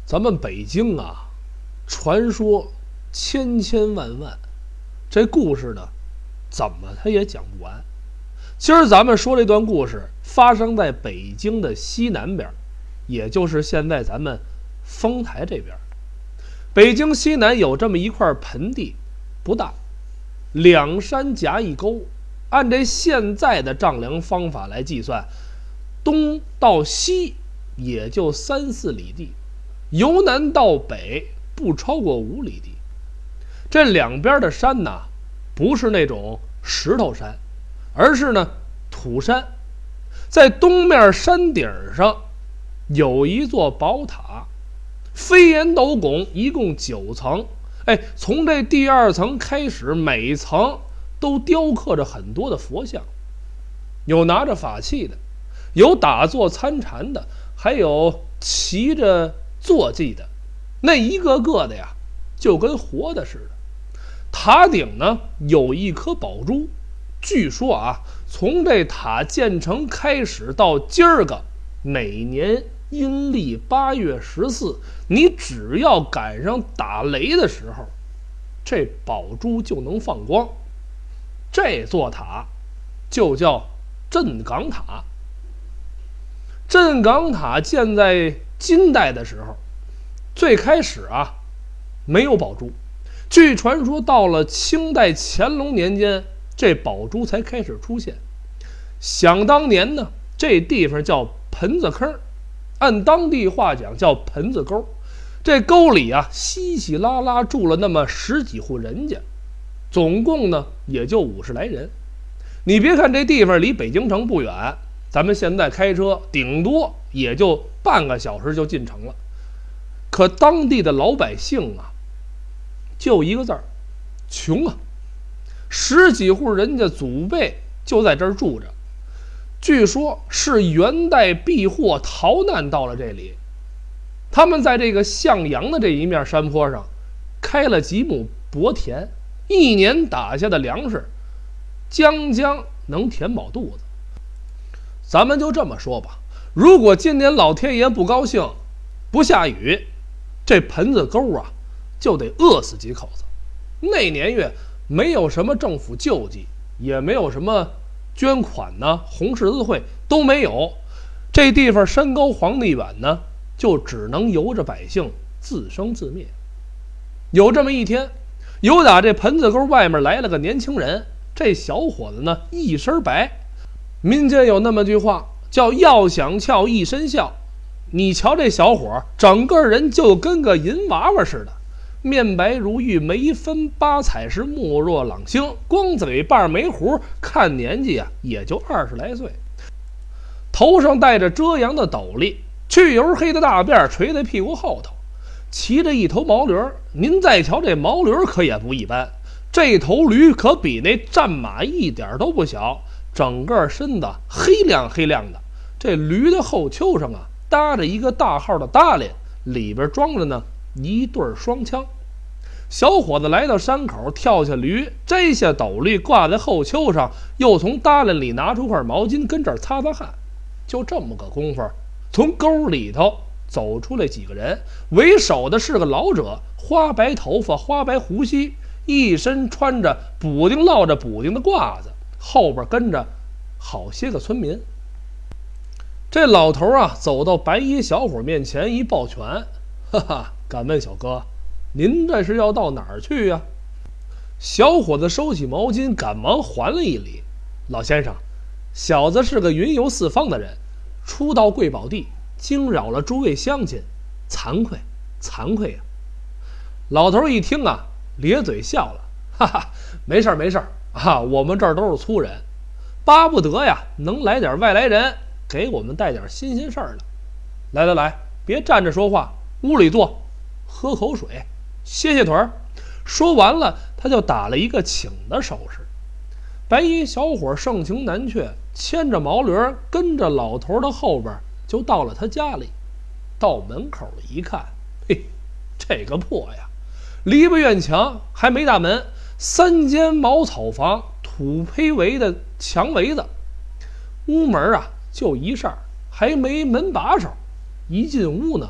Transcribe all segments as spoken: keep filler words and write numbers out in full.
咱们北京啊，传说千千万万，这故事呢，怎么他也讲不完。今儿咱们说这段故事发生在北京的西南边，也就是现在咱们丰台这边。北京西南有这么一块盆地，不大，两山夹一沟，按这现在的丈量方法来计算，东到西也就三四里地，由南到北不超过五里地。这两边的山呢，不是那种石头山，而是呢土山。在东面山顶上有一座宝塔，飞檐斗拱，一共九层。哎，从这第二层开始，每层都雕刻着很多的佛像，有拿着法器的，有打坐参禅的，还有骑着坐骑的，那一个个的呀，就跟活的似的。塔顶呢有一颗宝珠，据说啊，从这塔建成开始到今儿个，每年阴历八月十四，你只要赶上打雷的时候，这宝珠就能放光。这座塔就叫镇岗塔。镇岗塔建在金代的时候，最开始啊没有宝珠，据传说到了清代乾隆年间，这宝珠才开始出现。想当年呢，这地方叫盆子坑，按当地话讲叫盆子沟。这沟里啊稀稀拉拉住了那么十几户人家，总共呢也就五十来人。你别看这地方离北京城不远，咱们现在开车顶多也就半个小时就进城了，可当地的老百姓啊就一个字儿，穷啊。十几户人家祖辈就在这儿住着，据说是元代避祸逃难到了这里。他们在这个向阳的这一面山坡上开了几亩薄田，一年打下的粮食将将能填饱肚子。咱们就这么说吧，如果今年老天爷不高兴不下雨，这盆子沟啊就得饿死几口子。那年月没有什么政府救济，也没有什么捐款呢，红十字会都没有，这地方山高皇帝远呢，就只能由着百姓自生自灭。有这么一天，有打这盆子沟外面来了个年轻人，这小伙子呢一身白。民间有那么句话叫要想俏一身笑，你瞧这小伙整个人就跟个银娃娃似的，面白如玉，眉分八彩，是目若朗星，光嘴瓣没胡，看年纪啊也就二十来岁。头上戴着遮阳的斗笠，去油黑的大辫垂在屁股后头，骑着一头毛驴。您再瞧这毛驴可也不一般，这头驴可比那战马一点都不小，整个身子黑亮黑亮的。这驴的后丘上啊搭着一个大号的搭链，里边装着呢一对双枪。小伙子来到山口，跳下驴，摘下斗笠挂在后丘上，又从搭链里拿出块毛巾跟这儿擦擦汗。就这么个功夫，从沟里头走出来几个人，为首的是个老者，花白头发，花白胡须，一身穿着补丁落着补丁的褂子，后边跟着好些个村民。这老头啊走到白衣小伙面前一抱拳，哈哈，敢问小哥，您这是要到哪儿去呀？小伙子收起毛巾，赶忙还了一礼，老先生，小子是个云游四方的人，初到贵宝地，惊扰了诸位乡亲，惭愧惭愧呀、啊！老头一听啊咧嘴笑了，哈哈，没事没事啊，我们这儿都是粗人，巴不得呀能来点外来人给我们带点新鲜事儿的。来来来，别站着说话，屋里坐，喝口水，歇歇腿儿。说完了，他就打了一个请的手势。白衣小伙盛情难却，牵着毛驴跟着老头的后边就到了他家里。到门口一看，嘿，这个破呀，篱笆院墙还没大门，三间茅草房，土坯围的墙围子，屋门啊就一扇，还没门把手。一进屋呢，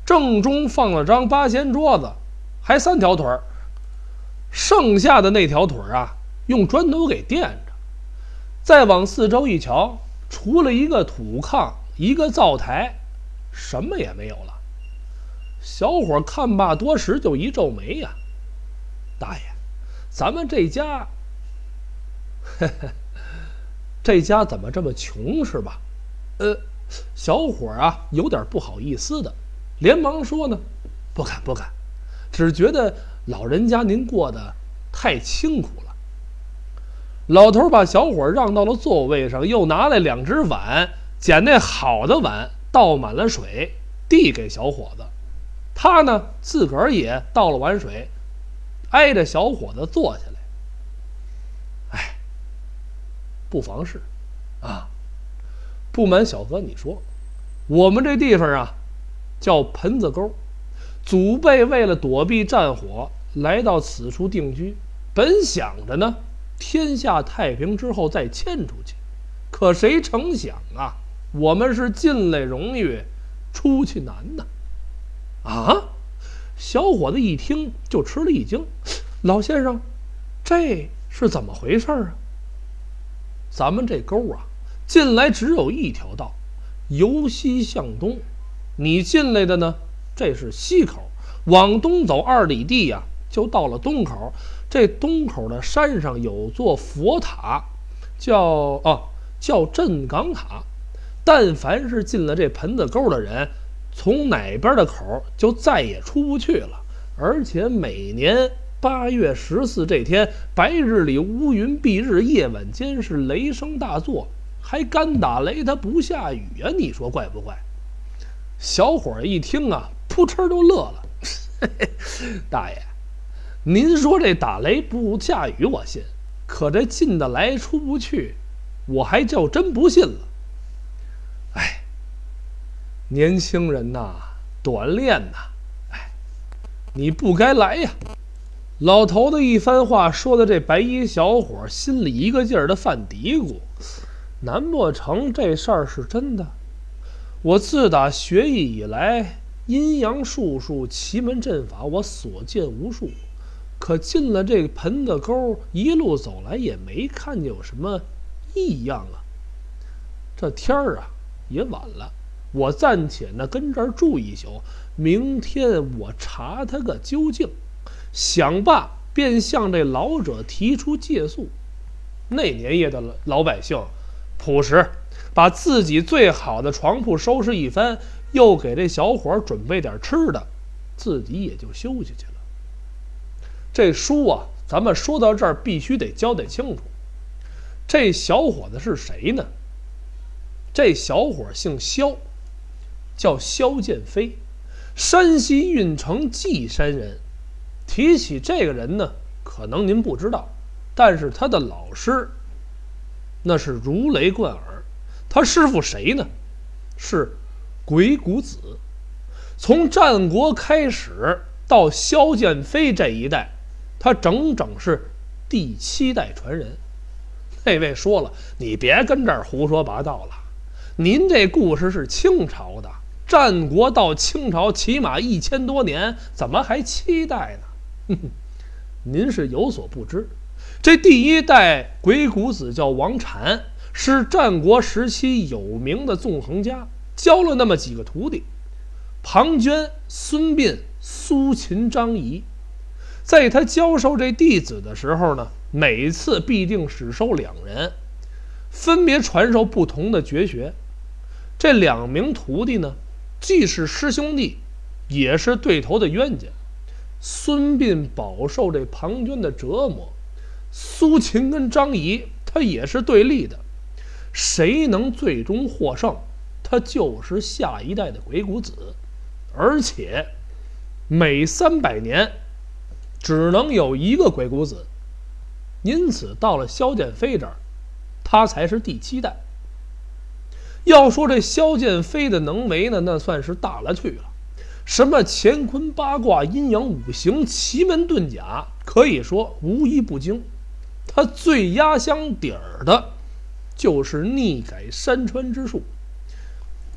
正中放了张八仙桌子，还三条腿儿，剩下的那条腿儿啊，用砖头给垫着。再往四周一瞧，除了一个土炕，一个灶台，什么也没有了。小伙看罢多时，就一皱眉呀、啊：“大爷，咱们这家，呵呵，这家怎么这么穷是吧？”呃，小伙啊，有点不好意思的，连忙说呢：“不敢不敢，只觉得老人家您过得太辛苦了。”老头把小伙让到了座位上，又拿来两只碗，捡那好的碗倒满了水，递给小伙子。他呢，自个儿也倒了碗水，挨着小伙子坐下来。哎，不妨事啊，不瞒小哥你说，我们这地方啊，叫盆子沟，祖辈为了躲避战火，来到此处定居，本想着呢，天下太平之后再迁出去，可谁成想啊，我们是进来容易，出去难呐！啊！小伙子一听就吃了一惊，老先生，这是怎么回事啊？咱们这沟啊，进来只有一条道，由西向东。你进来的呢，这是西口，往东走二里地呀、啊，就到了东口。这东口的山上有座佛塔，叫啊叫镇岗塔。但凡是进了这盆子沟的人，从哪边的口就再也出不去了。而且每年八月十四这天，白日里乌云蔽日，夜晚间是雷声大作，还干打雷，它不下雨啊！你说怪不怪？小伙一听啊，扑哧就乐了。嘿嘿，大爷，您说这打雷不下雨我信，可这进得来出不去，我还就真不信了。哎，年轻人呐，短练呐，哎，你不该来呀！老头子一番话说的这白衣小伙心里一个劲儿的犯嘀咕，难不成这事儿是真的？我自打学艺以来，阴阳术数、奇门阵法，我所见无数。可进了这个盆子沟，一路走来也没看见有什么异样啊。这天儿啊也晚了，我暂且呢跟这儿住一宿，明天我查他个究竟。想罢，便向这老者提出借宿。那年夜的老百姓朴实，把自己最好的床铺收拾一番，又给这小伙准备点吃的，自己也就休息去了。这书啊，咱们说到这儿必须得交代清楚，这小伙子是谁呢？这小伙姓萧，叫萧剑飞，山西运城稷山人。提起这个人呢，可能您不知道，但是他的老师那是如雷贯耳。他师傅谁呢？是鬼谷子。从战国开始到萧剑飞这一代，他整整是第七代传人。那位说了，你别跟这儿胡说八道了，您这故事是清朝的，战国到清朝起码一千多年，怎么还七代呢？您是有所不知，这第一代鬼谷子叫王禅，是战国时期有名的纵横家，教了那么几个徒弟：庞涓、孙膑、苏秦、张仪。在他教授这弟子的时候呢，每次必定只收两人，分别传授不同的绝学。这两名徒弟呢，既是师兄弟，也是对头的冤家。孙膑饱受这庞涓的折磨，苏秦跟张仪他也是对立的，谁能最终获胜，他就是下一代的鬼谷子。而且每三百年只能有一个鬼谷子，因此到了萧剑飞这儿，他才是第七代。要说这萧剑飞的能为呢，那算是大了去了。什么乾坤八卦、阴阳五行、奇门遁甲，可以说无一不精。他最压箱底儿的就是逆改山川之术。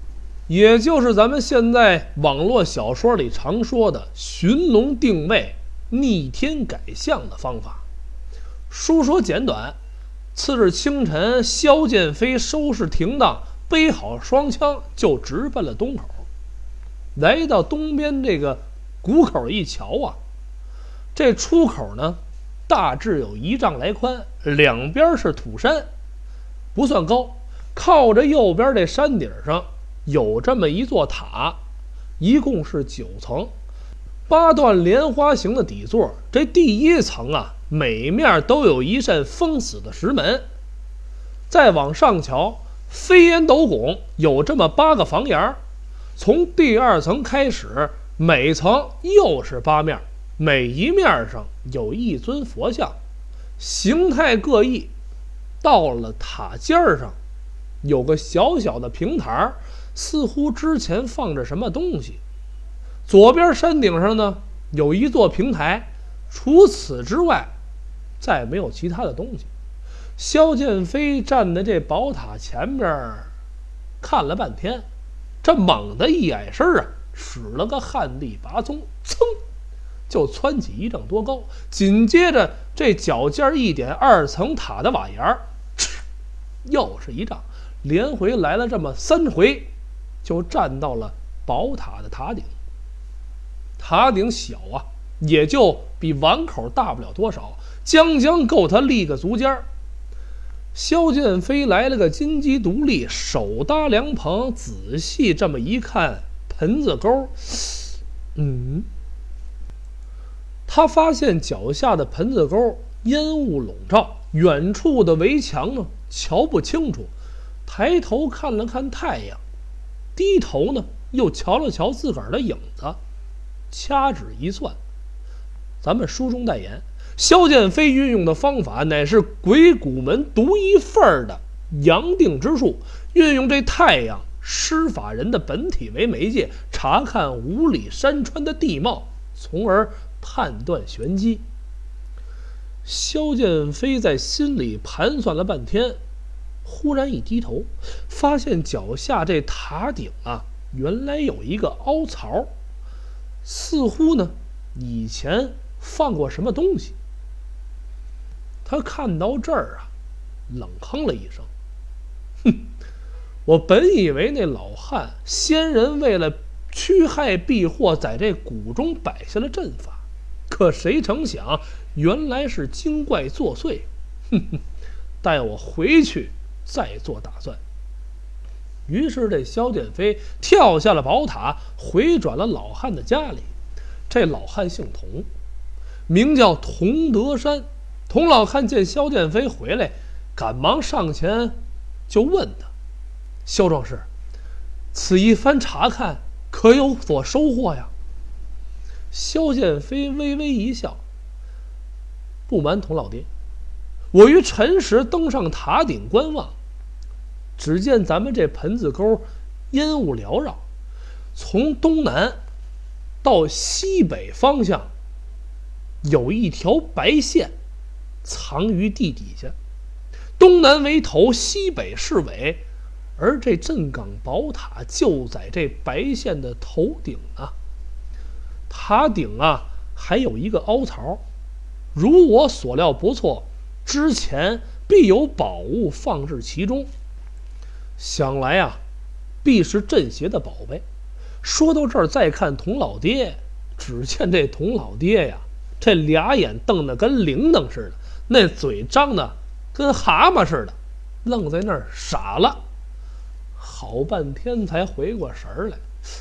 也就是咱们现在网络小说里常说的寻龙定位、逆天改相的方法。书说简短，次日清晨，萧剑飞收拾停当，背好双枪，就直奔了东口。来到东边这个谷口一瞧啊，这出口呢大致有一丈来宽，两边是土山，不算高。靠着右边这山顶上有这么一座塔，一共是九层，八段莲花形的底座。这第一层啊，每面都有一扇封死的石门。再往上瞧，飞檐斗拱，有这么八个房檐。从第二层开始，每层又是八面，每一面上有一尊佛像，形态各异。到了塔尖上，有个小小的平台，似乎之前放着什么东西。左边山顶上呢有一座平台，除此之外再没有其他的东西。萧剑飞站在这宝塔前边看了半天，这猛地一矮身啊，使了个旱地拔葱，噌就窜起一丈多高。紧接着这脚尖一点二层塔的瓦檐，又是一丈，连回来了这么三回，就站到了宝塔的塔顶。塔顶小啊，也就比碗口大不了多少，将将够他立个足尖。萧剑飞来了个金鸡独立，手搭凉棚，仔细这么一看，盆子沟，嗯，他发现脚下的盆子沟烟雾笼罩，远处的围墙呢瞧不清楚。抬头看了看太阳，低头呢又瞧了瞧自个儿的影子，掐指一算，咱们书中代言，萧剑飞运用的方法乃是鬼谷门独一份儿的阳定之术，运用这太阳施法人的本体为媒介，查看五里山川的地貌，从而判断玄机。萧剑飞在心里盘算了半天，忽然一低头，发现脚下这塔顶啊，原来有一个凹槽，似乎呢以前放过什么东西。他看到这儿啊，冷哼了一声，哼，我本以为那老汉仙人为了驱害避祸，在这谷中摆下了阵法，可谁成想原来是精怪作祟。哼哼，待我回去再做打算。于是这萧剑飞跳下了宝塔，回转了老汉的家里。这老汉姓童，名叫童德山。童老汉见萧剑飞回来，赶忙上前就问他：萧壮士，此一番查看可有所收获呀？萧剑飞微微一笑，不瞒童老爹，我于辰时登上塔顶观望，只见咱们这盆子沟烟雾缭绕，从东南到西北方向有一条白线藏于地底下，东南为头，西北是尾，而这镇岗宝塔就在这白线的头顶啊。塔顶啊还有一个凹槽，如我所料不错，之前必有宝物放置其中，想来啊必是镇邪的宝贝。说到这儿，再看童老爹，只见这童老爹呀，这俩眼瞪得跟铃铛似的，那嘴张的跟蛤蟆似的，愣在那儿傻了，好半天才回过神儿来。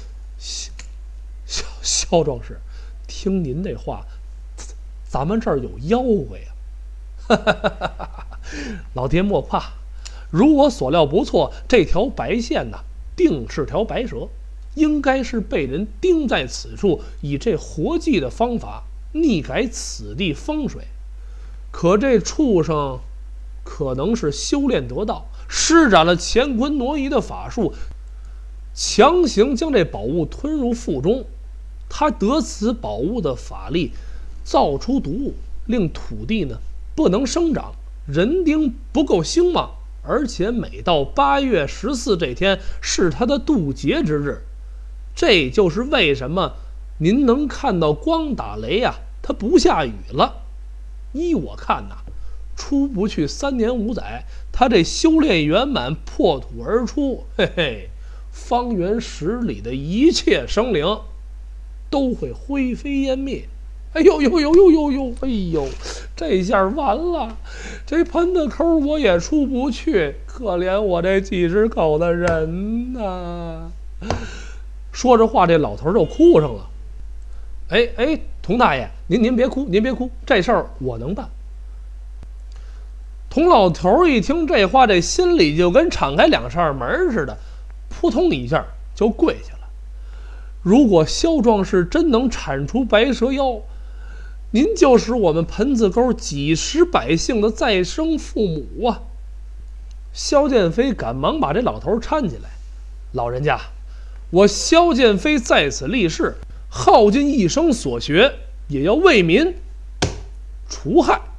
萧萧壮士，听您这话，咱们这儿有妖怪呀！老爹莫怕，如我所料不错，这条白线呢，定是条白蛇，应该是被人钉在此处，以这活计的方法逆改此地风水。可这畜生可能是修炼得道，施展了乾坤挪移的法术，强行将这宝物吞入腹中。他得此宝物的法力，造出毒物，令土地呢不能生长，人丁不够兴旺， 而且每到八月十四这天是他的渡劫之日。这就是为什么您能看到光打雷啊，它不下雨了。依我看呐、啊，出不去三年五载，他这修炼圆满，破土而出，嘿嘿，方圆十里的一切生灵都会灰飞烟灭。哎呦呦呦呦呦呦！哎呦，这下完了，这盆子口我也出不去，可怜我这几只狗的人呐！说着话，这老头就哭上了。哎哎，童大爷，您您别哭，您别哭，这事儿我能办。童老头一听这话，这心里就跟敞开两扇门似的，扑通一下就跪下了。如果萧壮士真能铲除白蛇妖，您就是我们盆子沟几十百姓的再生父母啊！萧剑飞赶忙把这老头搀起来，老人家，我萧剑飞在此立誓，耗尽一生所学，也要为民除害。